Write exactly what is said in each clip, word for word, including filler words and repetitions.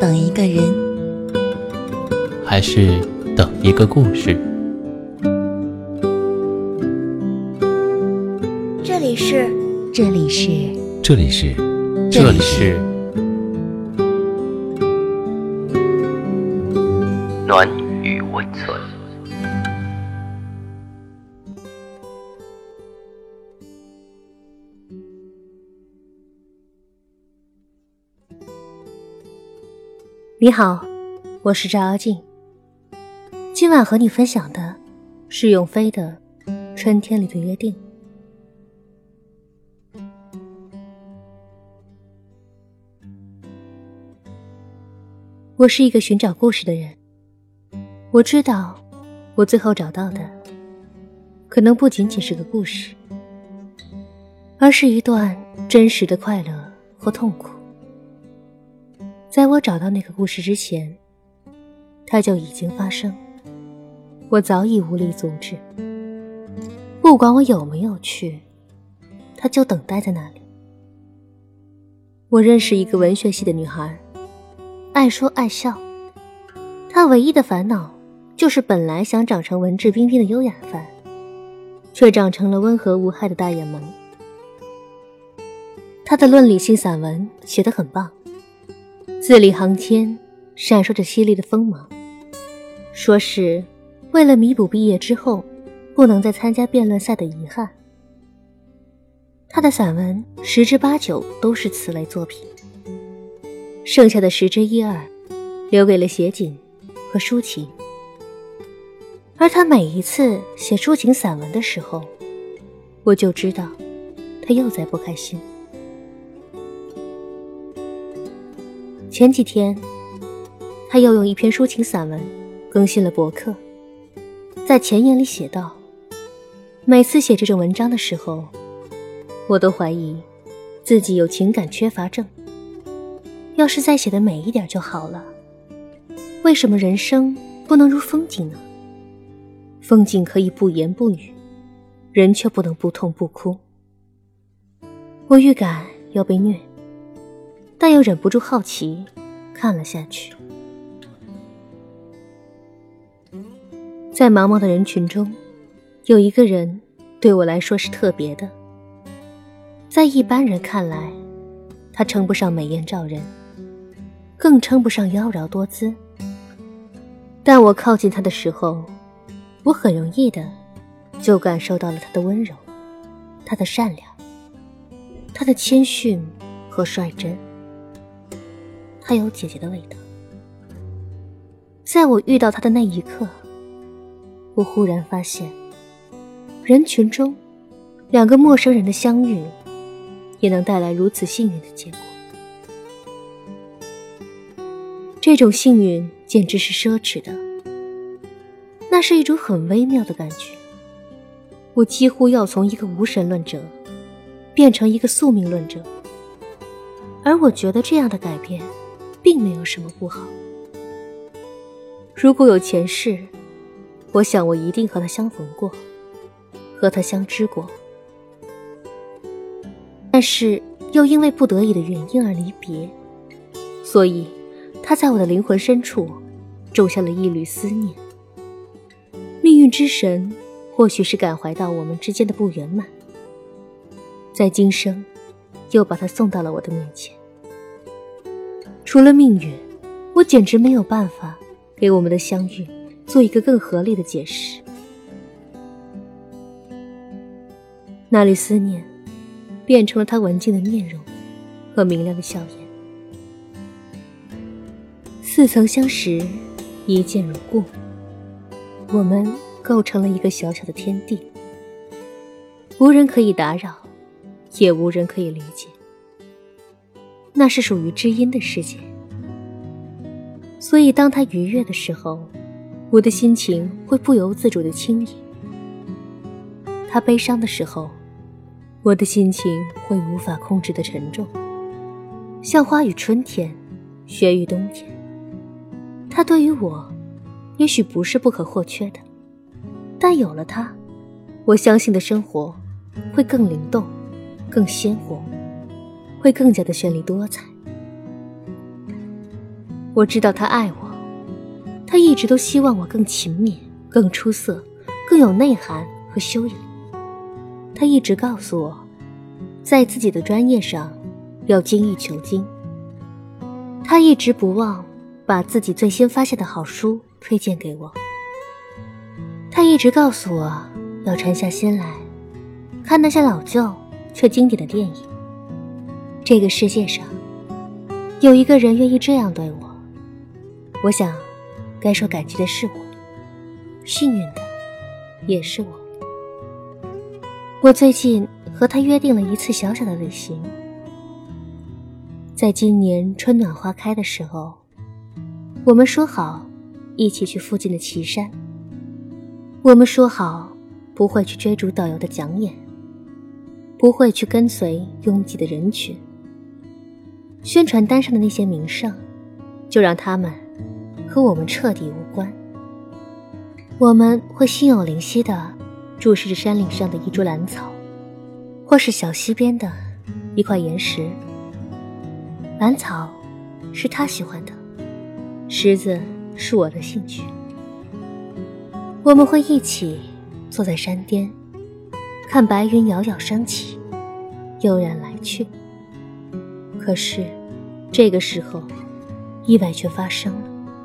等一个人， 还是等一个故事？ 这里是， 这里是， 这里是，这里是暖与温存。 你好，我是赵妖静。今晚和你分享的是永飞的《春天里的约定》。我是一个寻找故事的人，我知道我最后找到的可能不仅仅是个故事，而是一段真实的快乐或痛苦。在我找到那个故事之前，它就已经发生，我早已无力阻止。不管我有没有去，它就等待在那里。我认识一个文学系的女孩，爱说爱笑，她唯一的烦恼就是本来想长成文质彬彬的优雅范，却长成了温和无害的大眼萌。她的论理性散文写得很棒，字里行间闪烁着犀利的锋芒，说是为了弥补毕业之后不能再参加辩论赛的遗憾。他的散文十之八九都是此类作品，剩下的十之一二留给了写景和抒情。而他每一次写抒情散文的时候，我就知道他又在不开心。前几天他又用一篇抒情散文更新了博客，在前言里写道，每次写这种文章的时候，我都怀疑自己有情感缺乏症，要是再写得美一点就好了。为什么人生不能如风景呢？风景可以不言不语，人却不能不痛不哭。我预感要被虐，但又忍不住好奇看了下去。在茫茫的人群中，有一个人对我来说是特别的。在一般人看来，他称不上美艳照人，更称不上妖娆多姿，但我靠近他的时候，我很容易的就感受到了他的温柔，他的善良，他的谦逊和率真。他有姐姐的味道。在我遇到他的那一刻，我忽然发现，人群中两个陌生人的相遇也能带来如此幸运的结果。这种幸运简直是奢侈的，那是一种很微妙的感觉。我几乎要从一个无神论者变成一个宿命论者，而我觉得这样的改变并没有什么不好。如果有前世，我想我一定和他相逢过，和他相知过，但是又因为不得已的原因而离别，所以他在我的灵魂深处种下了一缕思念。命运之神或许是感怀到我们之间的不圆满，在今生又把他送到了我的面前。除了命运，我简直没有办法给我们的相遇做一个更合理的解释。那缕思念变成了他文静的面容和明亮的笑颜。似曾相识，一见如故，我们构成了一个小小的天地，无人可以打扰，也无人可以理解。那是属于知音的世界，所以当他愉悦的时候，我的心情会不由自主地轻盈；他悲伤的时候，我的心情会无法控制地沉重。像花与春天，雪与冬天，他对于我也许不是不可或缺的，但有了他，我相信的生活会更灵动，更鲜活，会更加的绚丽多彩。 我知道他爱我，他一直都希望我更勤勉、更出色、更有内涵和修养。他一直告诉我，在自己的专业上要精益求精。他一直不忘把自己最先发现的好书推荐给我。他一直告诉我要沉下心来，看那些老旧却经典的电影。这个世界上有一个人愿意这样对我，我想该说感激的是我，幸运的也是我。我最近和他约定了一次小小的旅行，在今年春暖花开的时候，我们说好一起去附近的岐山。我们说好不会去追逐导游的讲演，不会去跟随拥挤的人群。宣传单上的那些名胜，就让他们和我们彻底无关。我们会心有灵犀地注视着山岭上的一株兰草，或是小溪边的一块岩石。兰草是他喜欢的，石子是我的兴趣。我们会一起坐在山巅，看白云遥遥升起，悠然来去。可是这个时候，意外却发生了。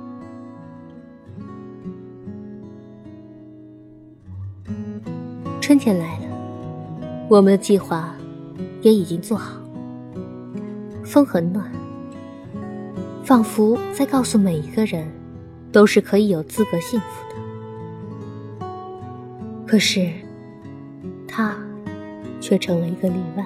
春天来了，我们的计划也已经做好。风很暖，仿佛在告诉每一个人都是可以有资格幸福的。可是他却成了一个例外。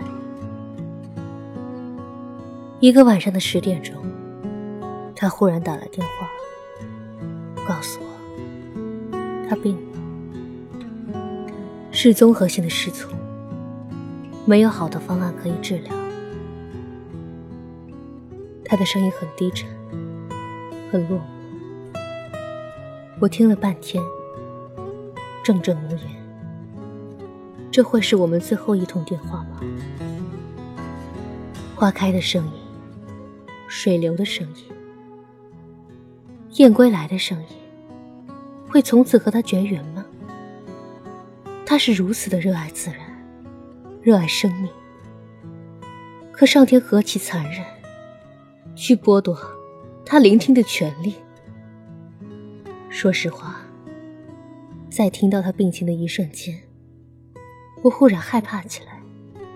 一个晚上的十点钟，他忽然打来电话，告诉我他病了，是综合性的失聪，没有好的方案可以治疗。他的声音很低沉，很落寞。我听了半天，怔怔无言。这会是我们最后一通电话吗？花开的声音，水流的声音，燕归来的声音，会从此和他绝缘吗？他是如此的热爱自然，热爱生命，可上天何其残忍，去剥夺他聆听的权利。说实话，在听到他病情的一瞬间，我忽然害怕起来，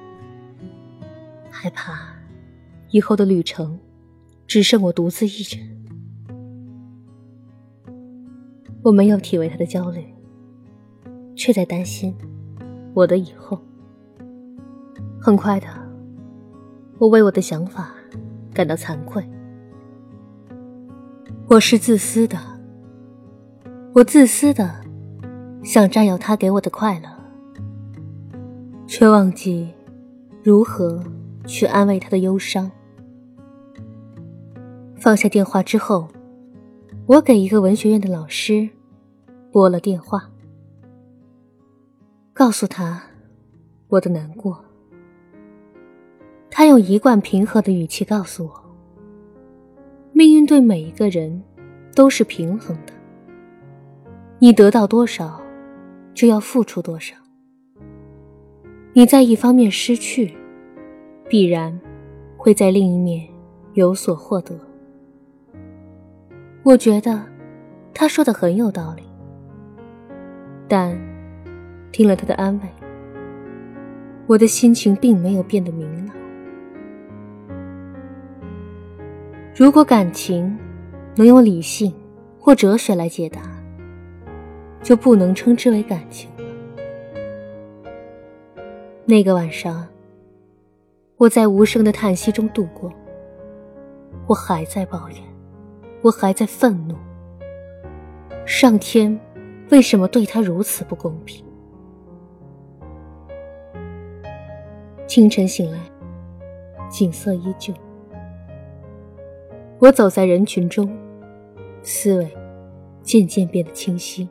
害怕以后的旅程只剩我独自一人。我没有体味他的焦虑，却在担心我的以后。很快的，我为我的想法感到惭愧。我是自私的，我自私的想占有他给我的快乐，却忘记如何去安慰他的忧伤。放下电话之后，我给一个文学院的老师拨了电话，告诉他我的难过。他用一贯平和的语气告诉我，命运对每一个人都是平衡的，你得到多少，就要付出多少。你在一方面失去，必然会在另一面有所获得。我觉得他说的很有道理，但听了他的安慰，我的心情并没有变得明朗。如果感情能用理性或哲学来解答，就不能称之为感情了。那个晚上，我在无声的叹息中度过。我还在抱怨，我还在愤怒，上天为什么对他如此不公平？清晨醒来，景色依旧。我走在人群中，思维渐渐变得清晰。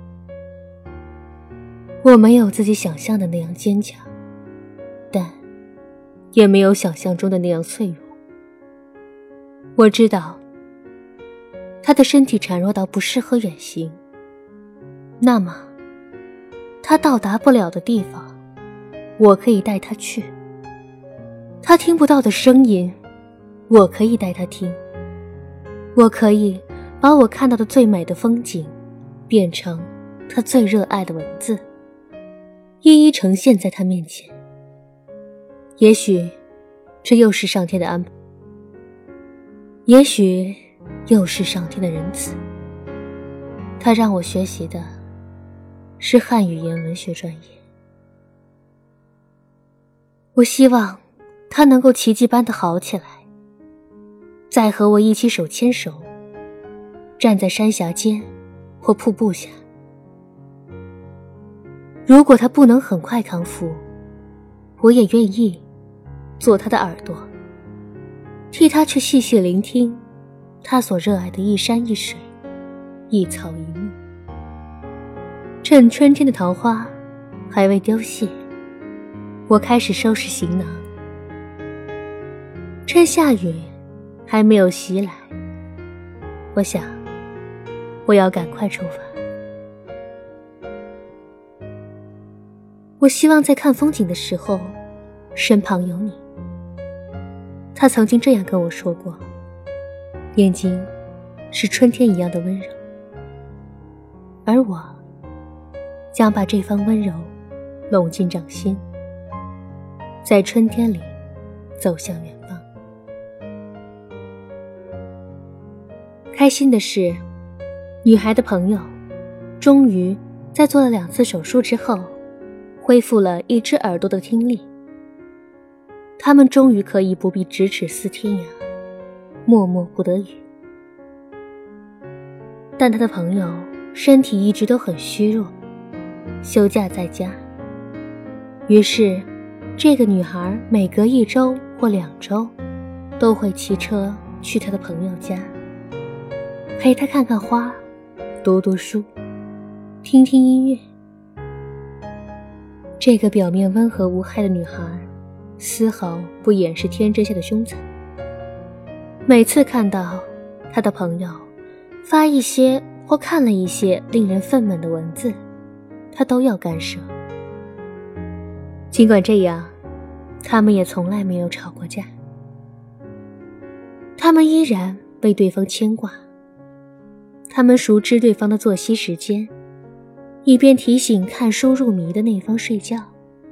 我没有自己想象的那样坚强，但也没有想象中的那样脆弱。我知道， 他的身体孱弱到不适合远行，那么他到达不了的地方，我可以带他去。他听不到的声音，我可以带他听。我可以把我看到的最美的风景变成他最热爱的文字，一一呈现在他面前。也许这又是上天的安排，也许又是上天的仁慈。他让我学习的是汉语言文学专业。我希望他能够奇迹般的好起来，再和我一起手牵手，站在山峡间或瀑布下。如果他不能很快康复，我也愿意做他的耳朵，替他去细细聆听他所热爱的一山一水，一草一木。趁春天的桃花还未凋谢，我开始收拾行囊。趁下雨还没有袭来，我想我要赶快出发。我希望在看风景的时候身旁有你。他曾经这样跟我说过，眼睛是春天一样的温柔，而我将把这番温柔拢进掌心，在春天里走向远方。开心的是，女孩的朋友终于在做了两次手术之后恢复了一只耳朵的听力。他们终于可以不必咫尺思天涯，默默不得语。但他的朋友身体一直都很虚弱，休假在家。于是这个女孩每隔一周或两周都会骑车去她的朋友家，陪她看看花，读读书，听听音乐。这个表面温和无害的女孩丝毫不掩饰天真下的凶残。每次看到她的朋友发一些或看了一些令人愤懑的文字，她都要干涉。尽管这样，他们也从来没有吵过架。他们依然为对方牵挂，他们熟知对方的作息时间，以便提醒看书入迷的那方睡觉。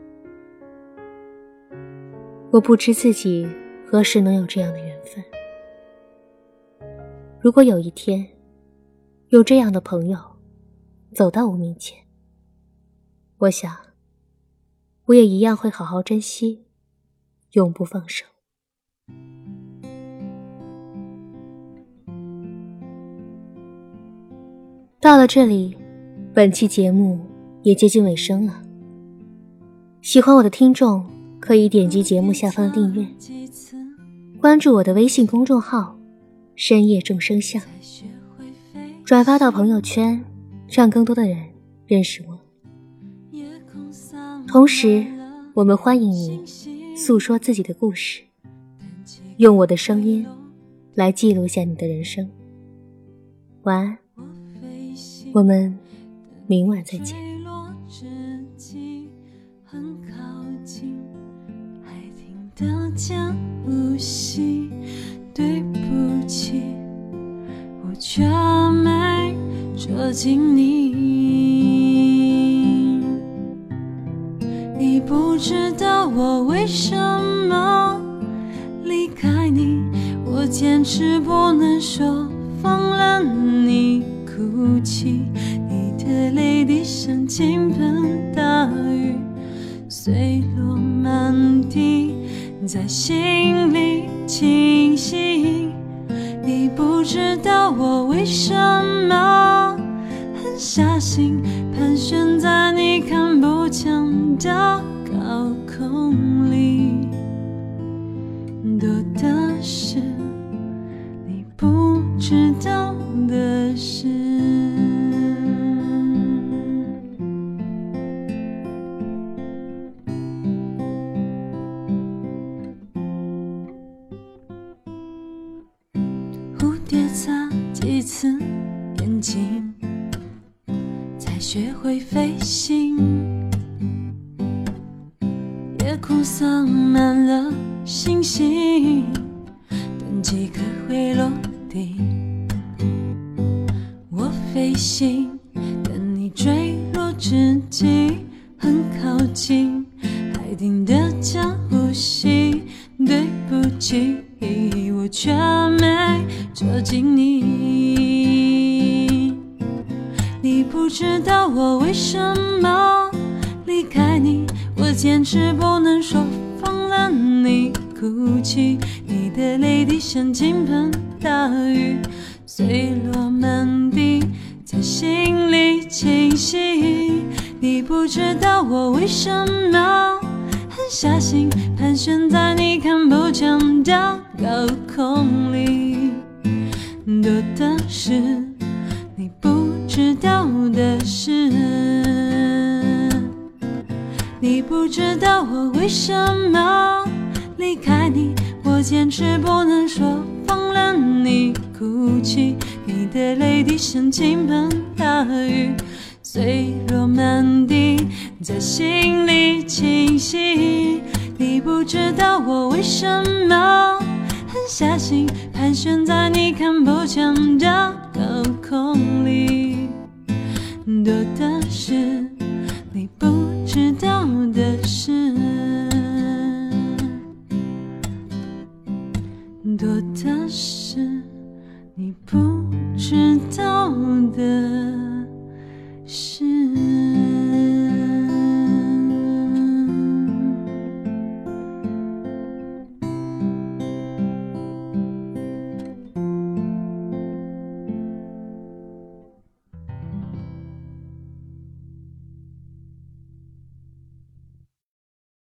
我不知自己何时能有这样的缘分。如果有一天有这样的朋友走到我面前，我想我也一样会好好珍惜，永不放手。到了这里，本期节目也接近尾声了。喜欢我的听众可以点击节目下方的订阅，关注我的微信公众号深夜众生相，转发到朋友圈，让更多的人认识我。同时我们欢迎你诉说自己的故事，用我的声音来记录下你的人生。晚安，我们明晚再见。 的讲无息，对不起，我却没捉紧你。你不知道我为什么离开你，我坚持不能说放了你哭泣。你的泪滴像倾盆大雨，碎落满地，在心里清晰。你不知道我为什么狠下心，盘旋在你看不见的高空里。多的是你不知道的事。蝴蝶擦肩几次眼睛，才学会飞行。夜空洒满了星星，等几颗会落地。我飞行，等你坠落之际，很靠近海底的江呼吸。对不起，我却没捉紧你。你不知道我为什么离开你，我坚持不能说放了你。哭泣，你的泪滴像倾盆大雨，碎落满地，在心里清晰。你不知道我为什么狠下心，盘旋在你看不见的高空里。多的是你不知道的事，你不知道我为什么离开你，我坚持不能说放了你。哭泣，你的泪滴像倾盆大雨，碎落满地，在心里清晰。你不知道我为什么狠下心，盘旋在你看不见的高空里。多的是